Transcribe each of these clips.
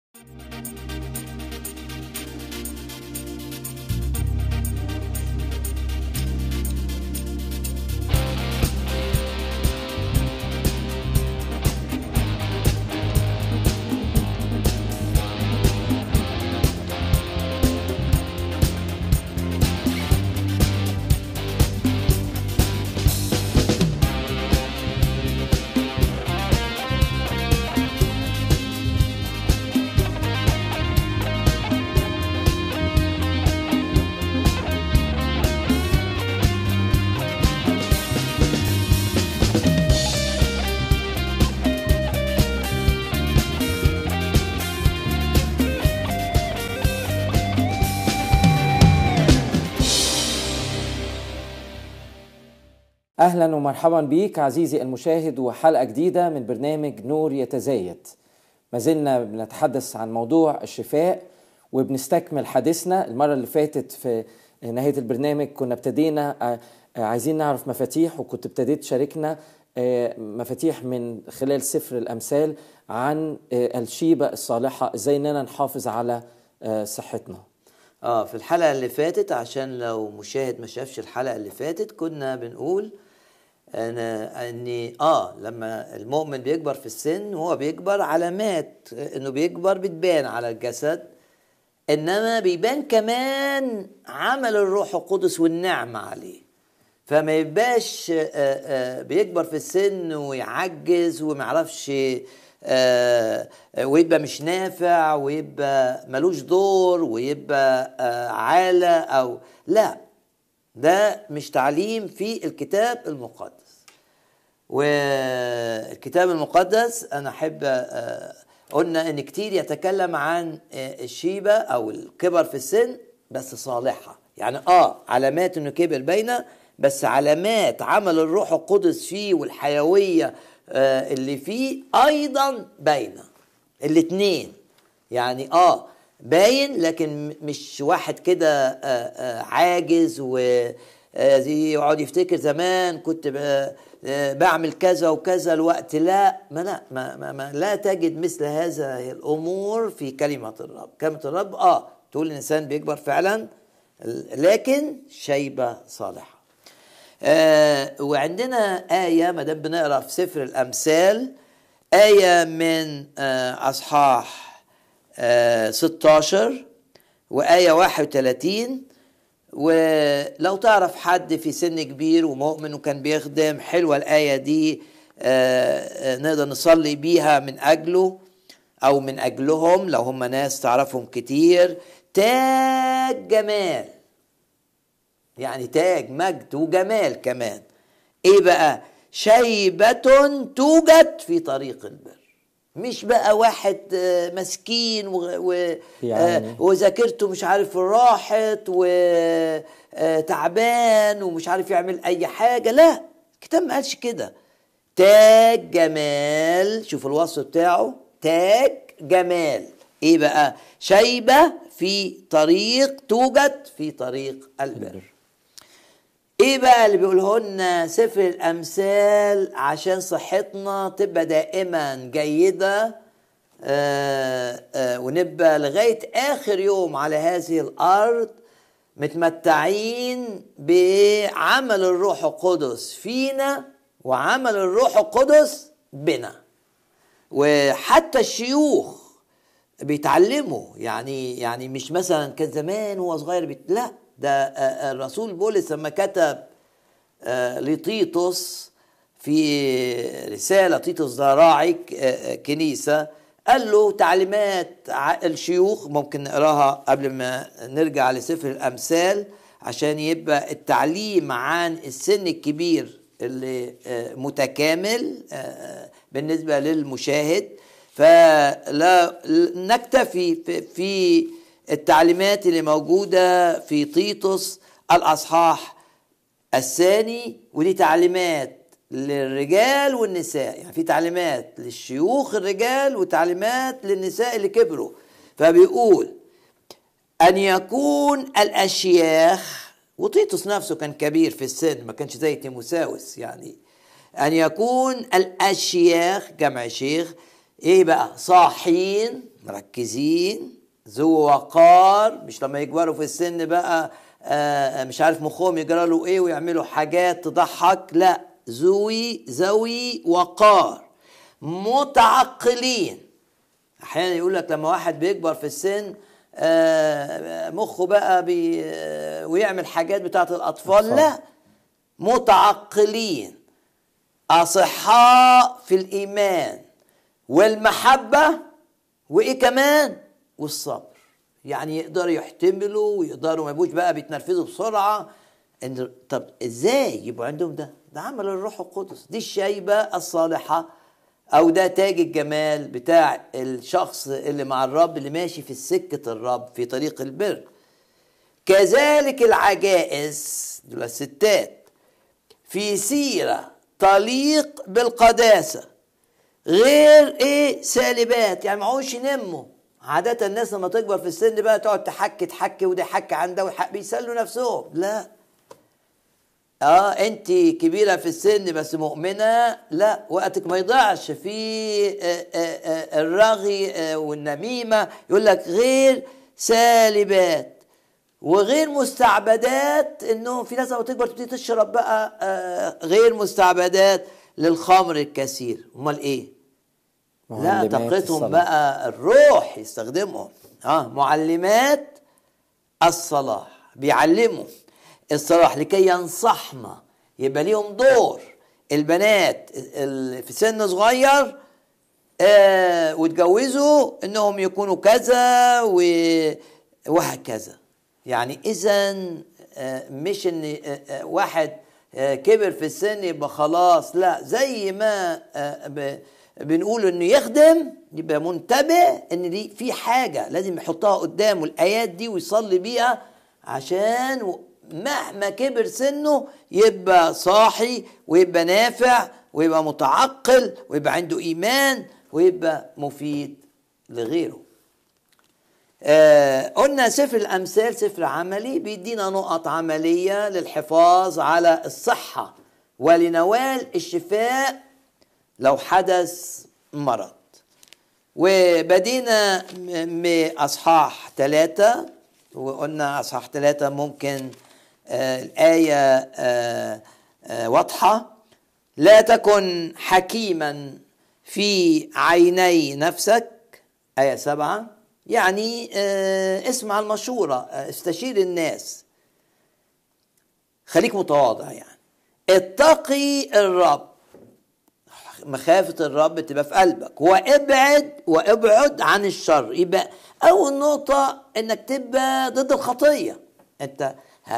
أهلا ومرحبا بيك عزيزي المشاهد وحلقة جديدة من برنامج نور يتزايد. ما زلنا بنتحدث عن موضوع الشفاء وبنستكمل حديثنا. المرة اللي فاتت في نهاية البرنامج كنا ابتدينا عايزين نعرف مفاتيح، وكنت ابتديت شاركنا مفاتيح من خلال سفر الأمثال عن الشيبة الصالحة، ازاي اننا نحافظ على صحتنا. في الحلقة اللي فاتت، عشان لو مشاهد ما شافش الحلقة اللي فاتت، كنا بنقول ان لما المؤمن بيكبر في السن وهو بيكبر، علامات انه بيكبر بتبان على الجسد، انما بيبان كمان عمل الروح القدس والنعمة عليه. فما يبقاش بيكبر في السن ويعجز ومعرفش ويبقى مش نافع ويبقى ملوش دور ويبقى عالة أو لا. ده مش تعليم في الكتاب المقدس. والكتاب المقدس أنا أحب قلنا إن كتير يتكلم عن الشيبة أو الكبر في السن بس صالحة، يعني علامات إنه كبر باينة، بس علامات عمل الروح القدس فيه والحيوية اللي فيه أيضا باينة. الاتنين يعني باين، لكن مش واحد كده عاجز وزي يقعد يفتكر زمان كنت بعمل كذا وكذا الوقت. لا تجد مثل هذا الأمور في كلمة الرب. كلمة الرب تقول الإنسان بيكبر فعلا، لكن شيبة صالحة. وعندنا آية ما دام بنقرأ في سفر الأمثال، آية من أصحاح 16 وآية 31. ولو تعرف حد في سن كبير ومؤمن وكان بيخدم، حلوة الآية دي، نقدر نصلي بيها من أجله أو من أجلهم لو هم ناس تعرفهم كتير. تاج جمال، يعني تاج مجد وجمال كمان. ايه بقى؟ شيبة توجد في طريق البر. مش بقى واحد مسكين وذاكرته مش عارف راحت وتعبان ومش عارف يعمل اي حاجة. لا، الكتاب ما قالش كده. تاج جمال، شوف الوصف بتاعه، تاج جمال. ايه بقى؟ شيبة في طريق، توجد في طريق البر. ايه بقى اللي بيقوله لنا سفر الامثال عشان صحتنا تبقى دائما جيدة ونبقى لغاية اخر يوم على هذه الارض متمتعين بعمل الروح القدس فينا وعمل الروح القدس بنا. وحتى الشيوخ بيتعلموا، يعني مش مثلا كان زمان وهو صغير لا، ده الرسول بولس لما كتب لطيطس في رسالة، طيطس ده راعي كنيسة، قال له تعليمات الشيوخ ممكن نقراها قبل ما نرجع لسفر الأمثال، عشان يبقى التعليم عن السن الكبير اللي متكامل بالنسبة للمشاهد. فلا نكتفي في التعليمات اللي موجودة في طيطس الأصحاح الثاني، ودي تعليمات للرجال والنساء، يعني في تعليمات للشيوخ الرجال وتعليمات للنساء اللي كبروا. فبيقول أن يكون الأشياخ، وطيطس نفسه كان كبير في السن، ما كانش زي تيموساوس، يعني أن يكون الأشياخ جمع شيخ ايه بقى؟ صاحين مركزين ذو وقار، مش لما يكبروا في السن بقى مش عارف مخهم يجرى له ايه ويعملوا حاجات تضحك، لا، ذوي وقار، متعقلين. احيانا يقول لك لما واحد بيكبر في السن مخه بقى ويعمل حاجات بتاعت الاطفال، لا، متعقلين، اصحاء في الايمان والمحبه، وايه كمان؟ والصبر. يعني يقدروا يحتملوا ويقدروا ما يبقوش بقى بيتنرفزوا بسرعه. طب ازاي يبقوا عندهم ده؟ ده عمل الروح القدس، دي الشيبه الصالحه، او ده تاج الجمال بتاع الشخص اللي مع الرب، اللي ماشي في سكه الرب في طريق البر. كذلك العجائز، دول الستات، في سيره تليق بالقداسه، غير ايه؟ سالبات، يعني معهوش ينموا. عادة الناس لما تكبر في السن بقى تقعد تحكي وده حكي عن ده بيسلوا نفسهم. لا، انت كبيرة في السن بس مؤمنة، لا، وقتك ما يضيعش في الرغي والنميمة. يقول لك غير سالبات وغير مستعبدات، انه في ناس لما تكبر تبتدي تشرب بقى غير مستعبدات للخمر الكثير. امال ايه؟ لا، طاقتهم بقى الروح يستخدمهم. معلمات الصلاح، بيعلموا الصلاح لكي ينصحنا، يبقى ليهم دور. البنات في سن صغير وتجوزوا انهم يكونوا كذا وهكذا. يعني اذا مش ان واحد كبر في السن يبقى خلاص، لا، زي ما بنقول انه يخدم، يبقى منتبه ان دي في حاجة لازم يحطها قدامه الآيات دي ويصلي بيها، عشان مهما كبر سنه يبقى صاحي ويبقى نافع ويبقى متعقل ويبقى عنده إيمان ويبقى مفيد لغيره. قلنا سفر الأمثال سفر عملي، بيدينا نقط عملية للحفاظ على الصحة ولنوال الشفاء لو حدث مرض. وبدينا بأصحاح 3، وقلنا أصحاح 3 ممكن الآية واضحة: لا تكن حكيما في عيني نفسك، آية 7، يعني اسمع المشورة، استشير الناس، خليك متواضع، يعني اتقي الرب، مخافة الرب تبقى في قلبك، وابعد عن الشر. يبقى أول نقطة إنك تبقى ضد الخطية. أنت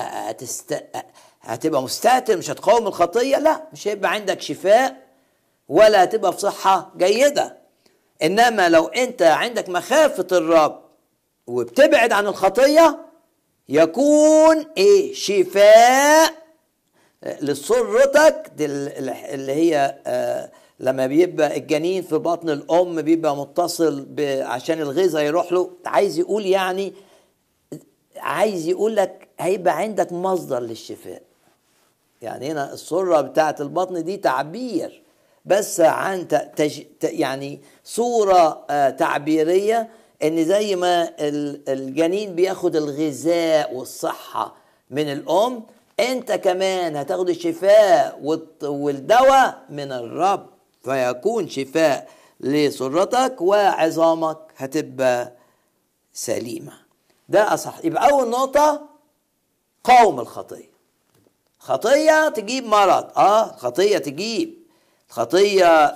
هتبقى مستهتر، مش هتقاوم الخطية، لا، مش هيبقى عندك شفاء ولا هتبقى في صحة جيدة. إنما لو أنت عندك مخافة الرب وبتبعد عن الخطية، يكون شفاء لسرتك اللي هي لما بيبقى الجنين في بطن الأم بيبقى متصل عشان الغذاء يروح له. عايز يقول يعني عايز يقول لك هيبقى عندك مصدر للشفاء. يعني هنا السرة بتاعت البطن دي تعبير بس عن يعني صورة تعبيرية، ان زي ما الجنين بياخد الغذاء والصحة من الأم، انت كمان هتاخد الشفاء والدواء من الرب، فيكون شفاء لسرتك وعظامك هتبقى سليمة. ده أصح. يبقى أول نقطة قاوم الخطية. خطية تجيب مرض، خطية تجيب خطية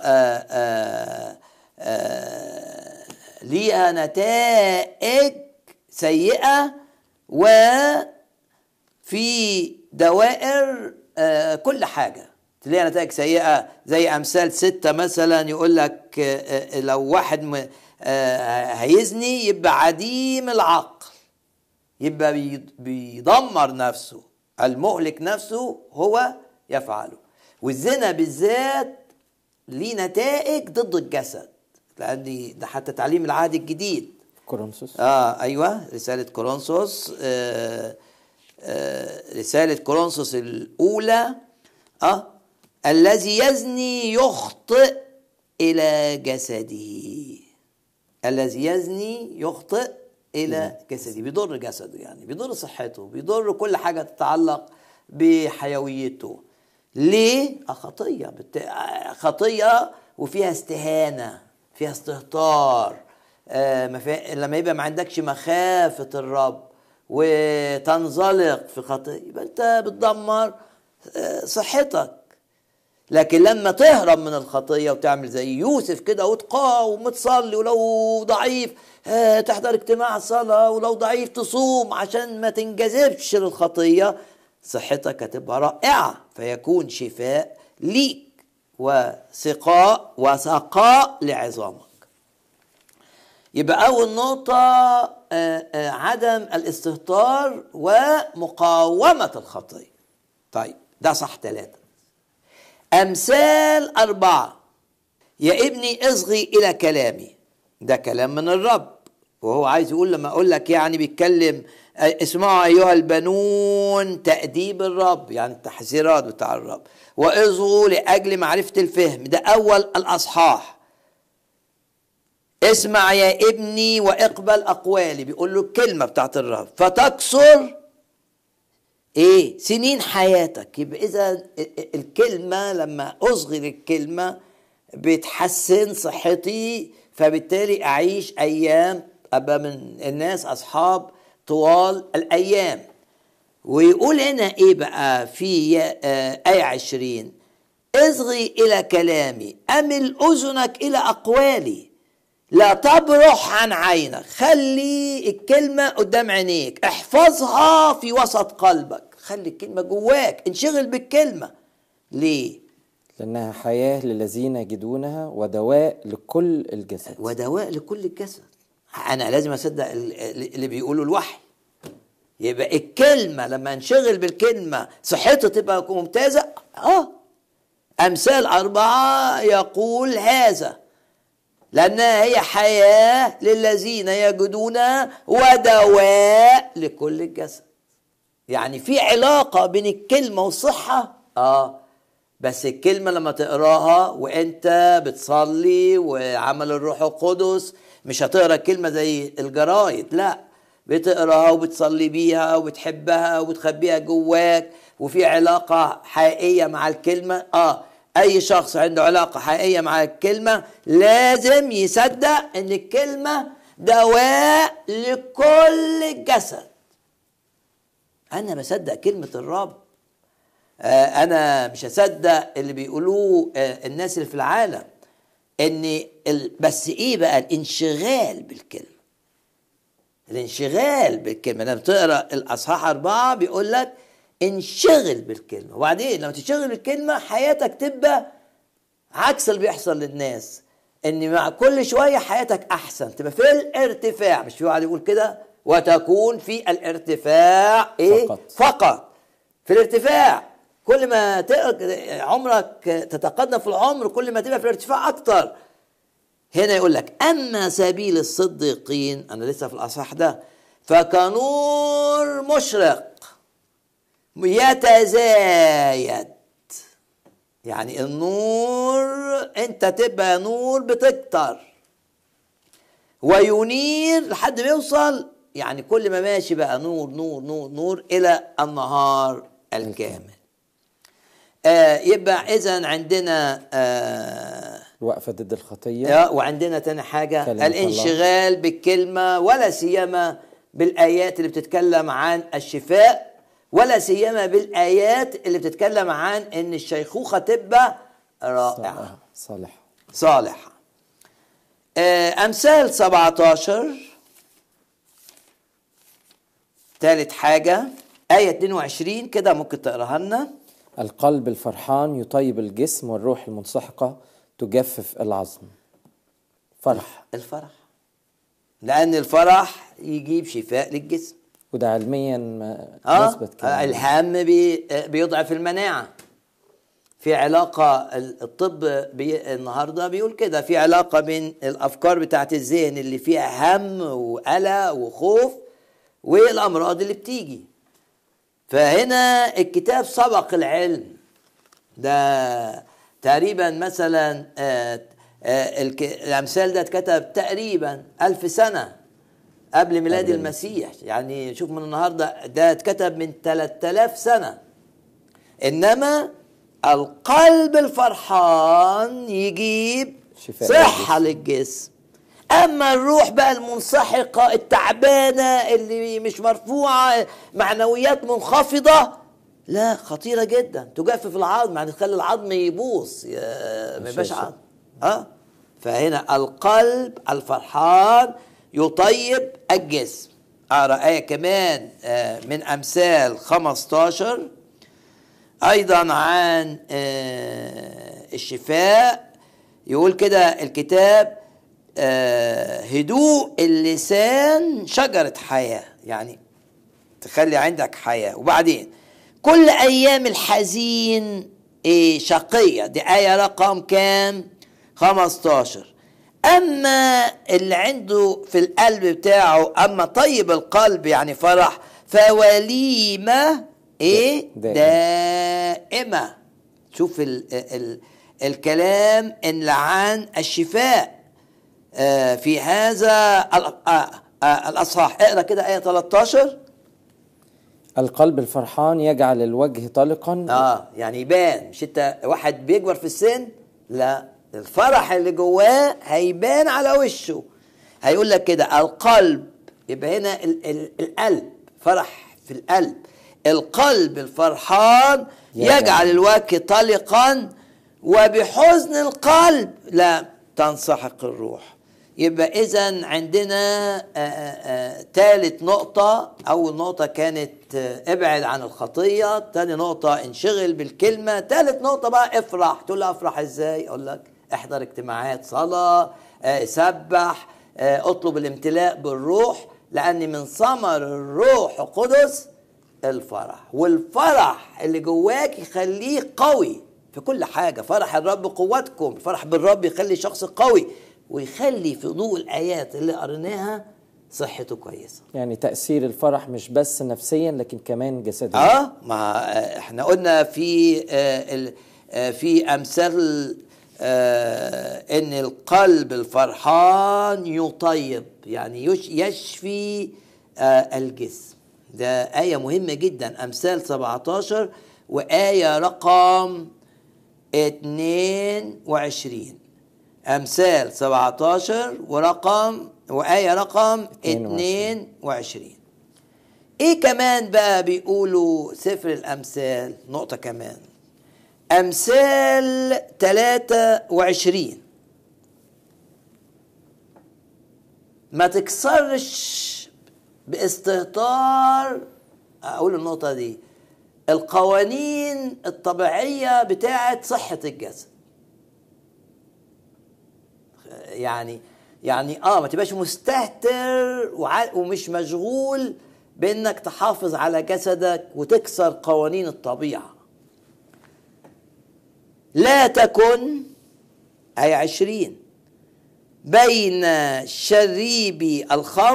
ليها نتائج سيئة، وفي دوائر كل حاجة تلاقي نتائج سيئة. زي أمثال 6 مثلا يقول لك لو واحد هيزني يبقى عديم العقل، يبقى بيدمر نفسه، المهلك نفسه هو يفعله. والزنا بالذات ليه نتائج ضد الجسد، لأن ده حتى تعليم العهد الجديد كورنثوس. أيوة، رسالة كورنثوس، رسالة كورنثوس الأولى، الذي يزني يخطئ إلى جسده. الذي يزني يخطئ إلى جسده، بيضر جسده، يعني بيضر صحته، بيضر كل حاجة تتعلق بحيويته. ليه؟ خطية، خطية وفيها استهانة، فيها استهتار. لما يبقى ما عندكش مخافة الرب وتنزلق في خطية، يبقى انت بتدمر صحتك. لكن لما تهرب من الخطية وتعمل زي يوسف كده وتقاوم وتصلي، ولو ضعيف تحضر اجتماع صلاة، ولو ضعيف تصوم عشان ما تنجذبش للخطية، صحتك هتبقى رائعة، فيكون شفاء ليك وسقاء لعظامك. يبقى أول نقطة عدم الاستهتار ومقاومة الخطية. طيب ده صح 3. أمثال 4: يا ابني اصغي إلى كلامي. ده كلام من الرب، وهو عايز يقول، لما أقول لك يعني بيتكلم، اسمعوا أيها البنون تأديب الرب، يعني التحذيرات بتاع الرب، واصغوا لأجل معرفة الفهم. ده أول الأصحاح. اسمع يا ابني واقبل أقوالي، بيقول له الكلمة بتاعت الرب، فتكسر سنين حياتك. يبقى إذا الكلمة لما أصغي للكلمة بتحسن صحتي، فبالتالي أعيش أيام، أبقى من الناس أصحاب طوال الأيام. ويقول هنا بقى في آية 20: اصغي إلى كلامي، أمل أذنك إلى أقوالي، لا تبرح عن عينك. خلي الكلمة قدام عينيك، احفظها في وسط قلبك، خلي الكلمة جواك، انشغل بالكلمة. ليه؟ لأنها حياة للذين يجدونها ودواء لكل الجسد. ودواء لكل الجسد. أنا لازم أصدق اللي بيقوله الوحي. يبقى الكلمة لما انشغل بالكلمة صحته تبقى ممتازة. أمثال 4 يقول هذا، لأنها هي حياة للذين يجدونها ودواء لكل الجسد. يعني في علاقة بين الكلمة والصحة. بس الكلمة لما تقراها وانت بتصلي وعمل الروح القدس، مش هتقرا الكلمة زي الجرايد، لا، بتقراها وبتصلي بيها وبتحبها وبتخبيها جواك، وفي علاقة حقيقية مع الكلمة. اي شخص عنده علاقة حقيقية مع الكلمة لازم يصدق ان الكلمة دواء لكل الجسد. انا بصدق كلمة الرب. انا مش هصدق اللي بيقولوه الناس اللي في العالم، ان بس بقى الانشغال بالكلمة. الانشغال بالكلمة لما تقرأ الأصحاح 4 بيقول لك انشغل بالكلمة. وبعدين لما تشتغل بالكلمة حياتك تبقى عكس اللي بيحصل للناس، ان مع كل شوية حياتك احسن، تبقى في الارتفاع. مش في واحد يقول كده، وتكون في الارتفاع فقط في الارتفاع. كل ما عمرك تتقدم في العمر كل ما تبقى في الارتفاع اكتر. هنا يقول لك اما سبيل الصديقين، انا لسه في الاصحاح ده، فكنور مشرق يتزايد. يعني النور انت تبقى نور بتكتر وينير لحد ما يوصل، يعني كل ما ماشي بقى نور نور نور نور الى النهار الكامل. يبقى اذا عندنا الوقفة ضد الخطية، وعندنا تاني حاجة الانشغال بالكلمة، ولا سيما بالآيات اللي بتتكلم عن الشفاء، ولا سيما بالآيات اللي بتتكلم عن ان الشيخوخة تبقى رائعة صالحة. أمثال 17 ثالث حاجة آية 22 كده ممكن تقراها لنا. القلب الفرحان يطيب الجسم، والروح المنسحقة تجفف العظم. الفرح، لأن الفرح يجيب شفاء للجسم، وده علميا مثبت كده. الهم بيضعف المناعة. في علاقة الطب النهاردة بيقول كده، في علاقة بين الأفكار بتاعت الذهن اللي فيها هم وقلق وخوف والأمراض اللي بتيجي. فهنا الكتاب سبق العلم ده تقريبا مثلا الأمثال ده اتكتب تقريبا 1000 سنة قبل ميلاد المسيح. يعني شوف من النهاردة ده اتكتب من 3000 سنة. إنما القلب الفرحان يجيب صحة للجسم. أما الروح بقى المنسحقة التعبانة اللي مش مرفوعة، معنويات منخفضة، لا، خطيرة جدا، تجفف العظم، يعني تخلي العظم يبوظ، ما يبقاش عظم. فهنا القلب الفرحان يطيب الجسم. أقرأ آية كمان من أمثال 15 أيضا عن الشفاء. يقول كده الكتاب: هدوء اللسان شجرة حياة، يعني تخلي عندك حياة. وبعدين كل أيام الحزين شقية، دي آية رقم كام؟ 15. أما اللي عنده في القلب بتاعه، أما طيب القلب يعني فرح، فوليمة دائمة. شوف الكلام اللي عن الشفاء في هذا الأصحاح. اقرأ كده آية 13. القلب الفرحان يجعل الوجه طلقا. يعني يبان، مش انت واحد بيكبر في السن، لا، الفرح اللي جواه هيبان على وشه. هيقول لك كده القلب، يبقى هنا القلب، فرح في القلب. القلب الفرحان يجعل الوجه طلقا، وبحزن القلب لا تنسحق الروح. يبقى إذن عندنا ثالث نقطة. أول نقطة كانت ابعد عن الخطية، تاني نقطة انشغل بالكلمة، ثالث نقطة بقى افرح. تقول لي افرح ازاي؟ اقول لك احضر اجتماعات صلاة، سبح، اطلب الامتلاء بالروح، لأن من ثمر الروح القدس الفرح. والفرح اللي جواك يخليه قوي في كل حاجة. فرح الرب قوتكم. الفرح بالرب يخلي شخص قوي، ويخلي في ضوء الآيات اللي قريناها صحته كويسة. يعني تأثير الفرح مش بس نفسيا لكن كمان جسديا. ما احنا قلنا في أمثال ان القلب الفرحان يطيب، يعني يشفي الجسم. ده آية مهمة جدا، أمثال 17 وآية رقم 22. أمثال 17 وآية رقم 22. إيه كمان بقى بيقولوا سفر الأمثال؟ نقطة كمان، أمثال 23: ما تكسرش باستهتار، أقول النقطة دي، القوانين الطبيعية بتاعة صحة الجسد. يعني ما تبقاش مستهتر ومش مشغول بانك تحافظ على جسدك وتكسر قوانين الطبيعة. لا تكن، آية 20، بين شريبي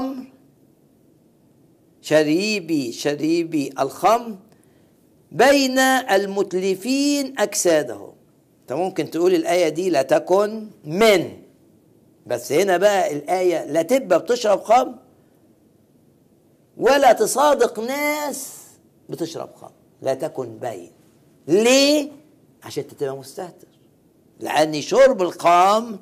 الخمر بين المتلفين أجسادهم. انت ممكن تقول الآية دي لا تكن من، بس هنا بقى الآية لا تبقى بتشرب خمر ولا تصادق ناس بتشرب خمر. لا تكن بين. ليه؟ عشان تبقى مستهتر، لأن شرب الخمر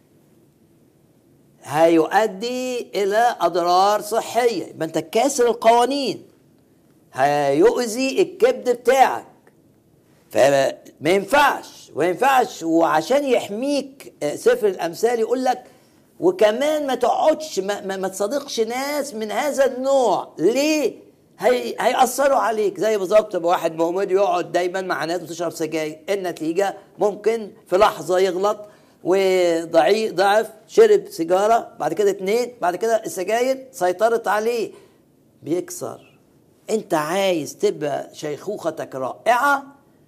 هيؤدي إلى أضرار صحية. يبقى أنت كاسر القوانين، هيؤذي الكبد بتاعك، فما ينفعش. وعشان يحميك سفر الأمثال يقول لك وكمان ما تقعدش، ما تصادقش ناس من هذا النوع. ليه؟ هيأثروا عليك. زي بالظبط واحد مؤمن يقعد دايما مع ناس بتشرب سجاير، النتيجة ممكن في لحظة يغلط وضعف، شرب سيجارة، بعد كده 2، بعد كده السجاير سيطرت عليه، بيكسر. انت عايز تبقى شيخوختك رائعة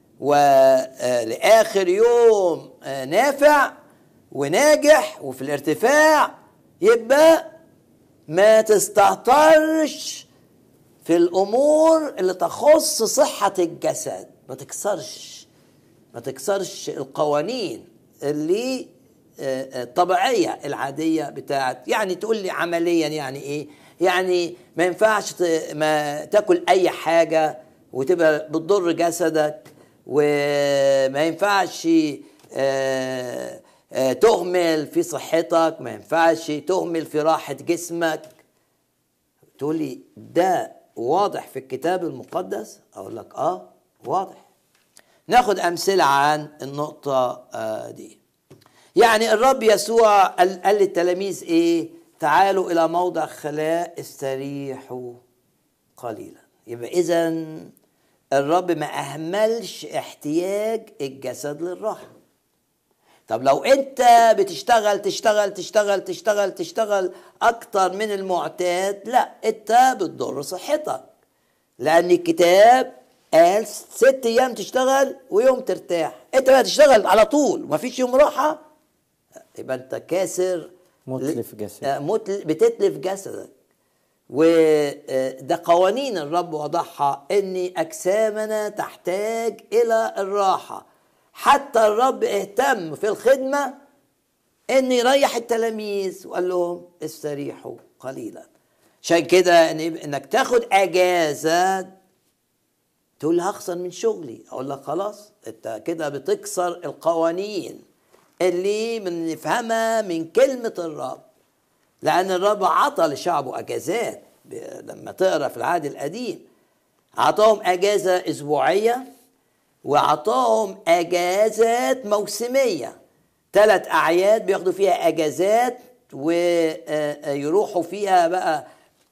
ولآخر يوم نافع وناجح وفي الارتفاع، يبقى ما تستهترش في الأمور اللي تخص صحة الجسد. ما تكسرش القوانين اللي الطبيعية العادية بتاعت. يعني تقول لي عمليا يعني ايه؟ يعني ما ينفعش ما تاكل اي حاجة وتبقى بتضر جسدك، وما ينفعش تهمل في صحتك، ما ينفعش تهمل في راحة جسمك. تقول لي ده واضح في الكتاب المقدس؟ اقول لك واضح. ناخد امثلة عن النقطة دي. يعني الرب يسوع قال للتلاميذ ايه؟ تعالوا الى موضع خلاء استريحوا قليلا. يبقى اذا الرب ما اهملش احتياج الجسد للراحة. طب لو انت بتشتغل تشتغل تشتغل تشتغل تشتغل اكتر من المعتاد، لا، انت بتضر صحتك، لان الكتاب قال 6 ايام تشتغل ويوم ترتاح. انت بقى تشتغل على طول ومفيش يوم راحة، يبقى انت كاسر، متلف جسدك، بتتلف جسدك. وده قوانين الرب وضعها، ان اجسامنا تحتاج الى الراحة. حتى الرب اهتم في الخدمة ان يريح التلاميذ وقال لهم استريحوا قليلا. عشان كده انك تاخد اجازة، تقول هخسر من شغلي، اقول لك خلاص، انت كده بتكسر القوانين اللي بنفهمها من كلمة الرب. لان الرب عطى لشعبه اجازات. لما تقرا في العهد القديم عطاهم اجازة اسبوعية، وعطاهم اجازات موسمية، 3 اعياد بياخدوا فيها اجازات ويروحوا فيها بقى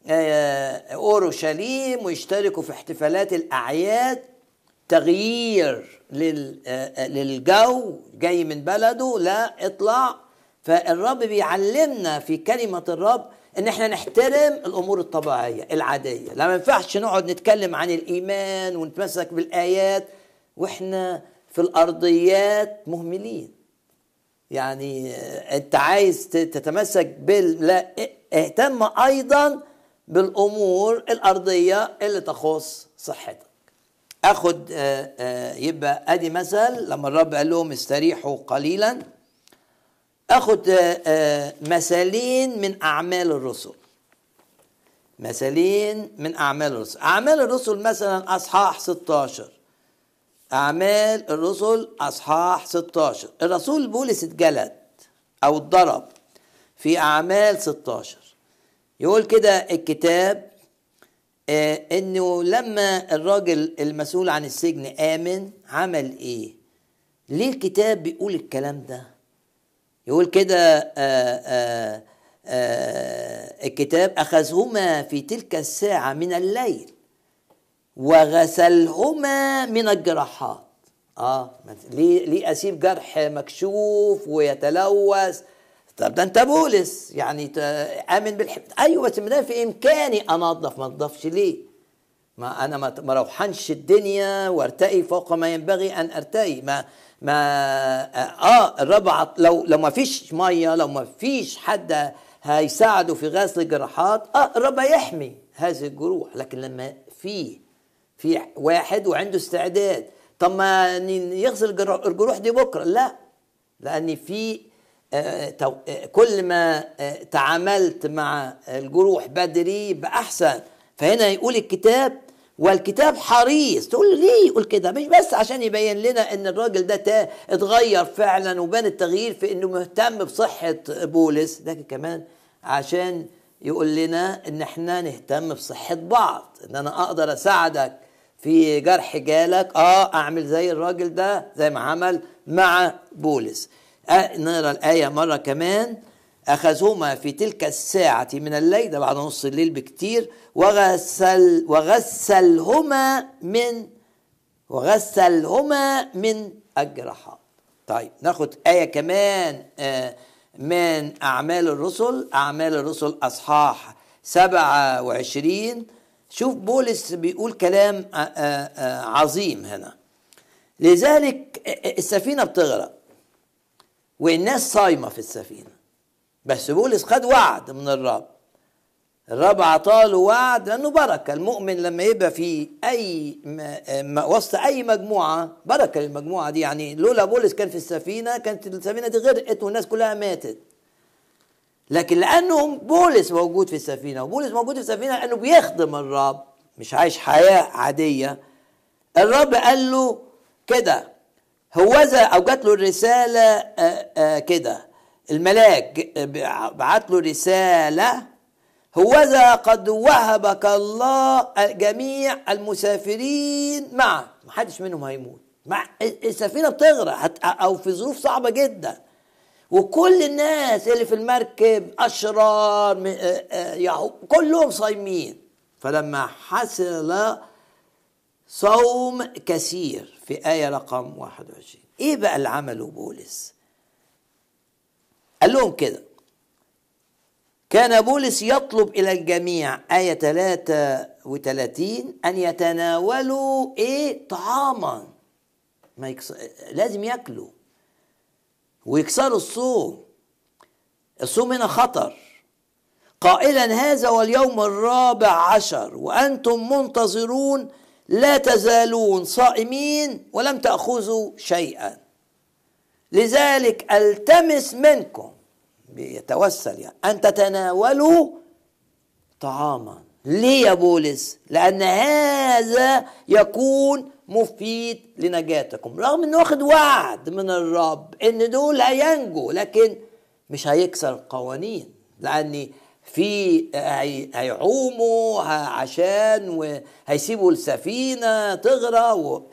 اورشليم ويشتركوا في احتفالات الاعياد، تغيير للجو، جاي من بلده، لا اطلع. فالرب بيعلمنا في كلمة الرب ان احنا نحترم الامور الطبيعية العادية. لا، ما ينفعش نقعد نتكلم عن الايمان ونتمسك بالايات واحنا في الارضيات مهملين. يعني انت عايز تتمسك لا، اهتم ايضا بالامور الارضية اللي تخص صحتك. اخد يبقى ادي مثل لما الرب قال لهم استريحوا قليلا. اخد مثالين من اعمال الرسل. مثالين من اعمال الرسل. اعمال الرسل مثلا اصحاح 16. اعمال الرسل اصحاح 16. الرسول بولس اتجلد او اتضرب في اعمال 16. يقول كده الكتاب انه لما الراجل المسؤول عن السجن آمن عمل ايه؟ ليه الكتاب بيقول الكلام ده؟ يقول كده الكتاب أخذهما في تلك الساعة من الليل وغسلهما من الجراحات. ليه أسيب جرح مكشوف ويتلوث؟ طب ده انت بولس، يعني آمن ايوه، بس ما في امكاني انظف، ما انظفش ليه؟ ما انا ما روحنش الدنيا وارتقي فوق ما ينبغي ان ارتقي. الرب لو ما فيش ميه، لو ما فيش حد هيساعده في غسل الجراحات، الرب يحمي هذه الجروح. لكن لما في واحد وعنده استعداد، طب ما يغسل الجروح دي بكره، لا، لان في كل ما تعاملت مع الجروح بدري بأحسن. فهنا يقول الكتاب، والكتاب حريص. تقول ليه يقول كده؟ مش بس عشان يبين لنا ان الراجل ده اتغير فعلا وبان التغيير في انه مهتم بصحة بولس، لكن كمان عشان يقول لنا ان احنا نهتم بصحة بعض، ان انا اقدر اساعدك في جرح جالك، اعمل زي الراجل ده زي ما عمل مع بولس. نقرأ الآية مرة كمان. أخذهما في تلك الساعة من الليل، ده بعد نص الليل بكتير، وغسلهما من الجراحات. طيب ناخد آية كمان من أعمال الرسل. أعمال الرسل أصحاح 27. شوف بولس بيقول كلام عظيم هنا. لذلك السفينة بتغرق والناس صايمة في السفينة، بس بولس خد وعد من الرب الرب عطاله وعد لانه بركه. المؤمن لما يبقى في اي وسط اي مجموعه بركه للمجموعه دي. يعني لولا بولس كان في السفينه كانت السفينه دي غرقت والناس كلها ماتت، لكن لانه بولس موجود في السفينه، وبولس موجود في السفينه لانه بيخدم الرب مش عايش حياه عاديه، الرب قال له كده هوذا، او جات له الرساله كده، الملاك بعت له رساله: هوذا قد وهبك الله جميع المسافرين معه. محدش منهم هيموت، السفينه بتغرق او في ظروف صعبه جدا، وكل الناس اللي في المركب اشرار كلهم صايمين. فلما حصل صوم كثير في آية رقم 21، ايه بقى اللي عمله بولس؟ قال لهم كده: كان بولس يطلب إلى الجميع، آية 33، أن يتناولوا طعاما، لازم يأكلوا ويكسروا الصوم. الصوم هنا خطر، قائلا: هذا واليوم 14 وأنتم منتظرون لا تزالون صائمين ولم تأخذوا شيئا، لذلك التمس منكم، بيتوسل يعني، أن تتناولوا طعاما. ليه يا بولس؟ لأن هذا يكون مفيد لنجاتكم، رغم انه واخد وعد من الرب ان دول هينجوا، لكن مش هيكسر القوانين، لأن في هيعوموا عشان وهيسيبوا السفينة تغرق،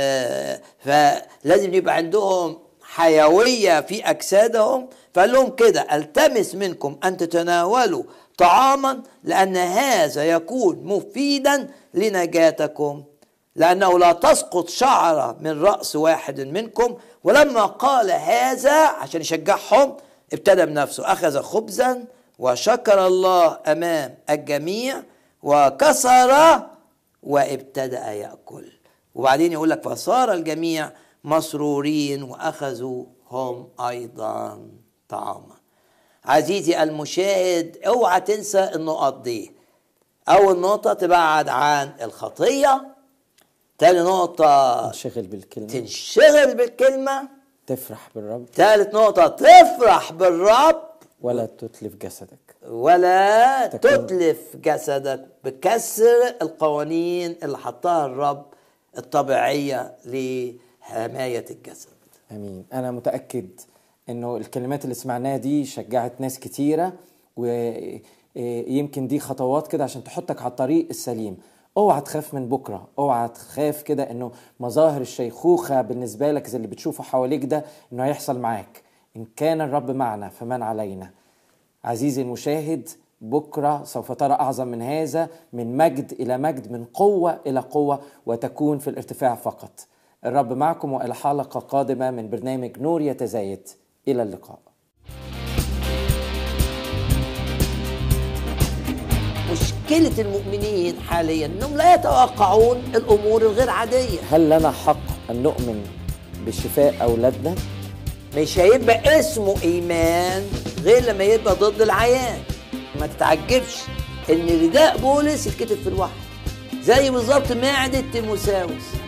فلازم يبقى عندهم حيوية في أجسادهم. فقال لهم كده: التمس منكم أن تتناولوا طعاما لأن هذا يكون مفيدا لنجاتكم، لأنه لا تسقط شعرة من رأس واحد منكم. ولما قال هذا عشان يشجعهم ابتدى بنفسه: أخذ خبزا وشكر الله أمام الجميع وكسر وابتدأ يأكل. وبعدين يقول لك: فصار الجميع مسرورين وأخذوا هم أيضا طعاما. عزيزي المشاهد، اوعى تنسى النقط دي. أول نقطة: تبعد عن الخطية. تاني نقطة: تنشغل بالكلمة. تفرح بالرب. ثالث نقطة: تفرح بالرب ولا تتلف جسدك، ولا تتلف جسدك بكسر القوانين اللي حطها الرب الطبيعية لحماية الجسد. أمين. أنا متأكد أنه الكلمات اللي سمعناها دي شجعت ناس كتيرة، ويمكن دي خطوات كده عشان تحطك على الطريق السليم. اوعى تخاف من بكرة، اوعى تخاف كده أنه مظاهر الشيخوخة بالنسبة لك زي اللي بتشوفه حواليك ده أنه هيحصل معاك. إن كان الرب معنا فمن علينا. عزيزي المشاهد، بكرة سوف ترى أعظم من هذا، من مجد إلى مجد، من قوة إلى قوة، وتكون في الارتفاع فقط. الرب معكم، وإلى حلقة قادمة من برنامج نور يتزايد. إلى اللقاء. مشكلة المؤمنين حاليا أنهم لا يتوقعون الأمور الغير عادية. هل لنا حق أن نؤمن بشفاء أولادنا؟ مش هيبقى اسمه إيمان غير لما يبقى ضد العيان. ما تتعجبش ان رداء بولس اتكتب في الوحي زي بالظبط معدة تيموثاوس.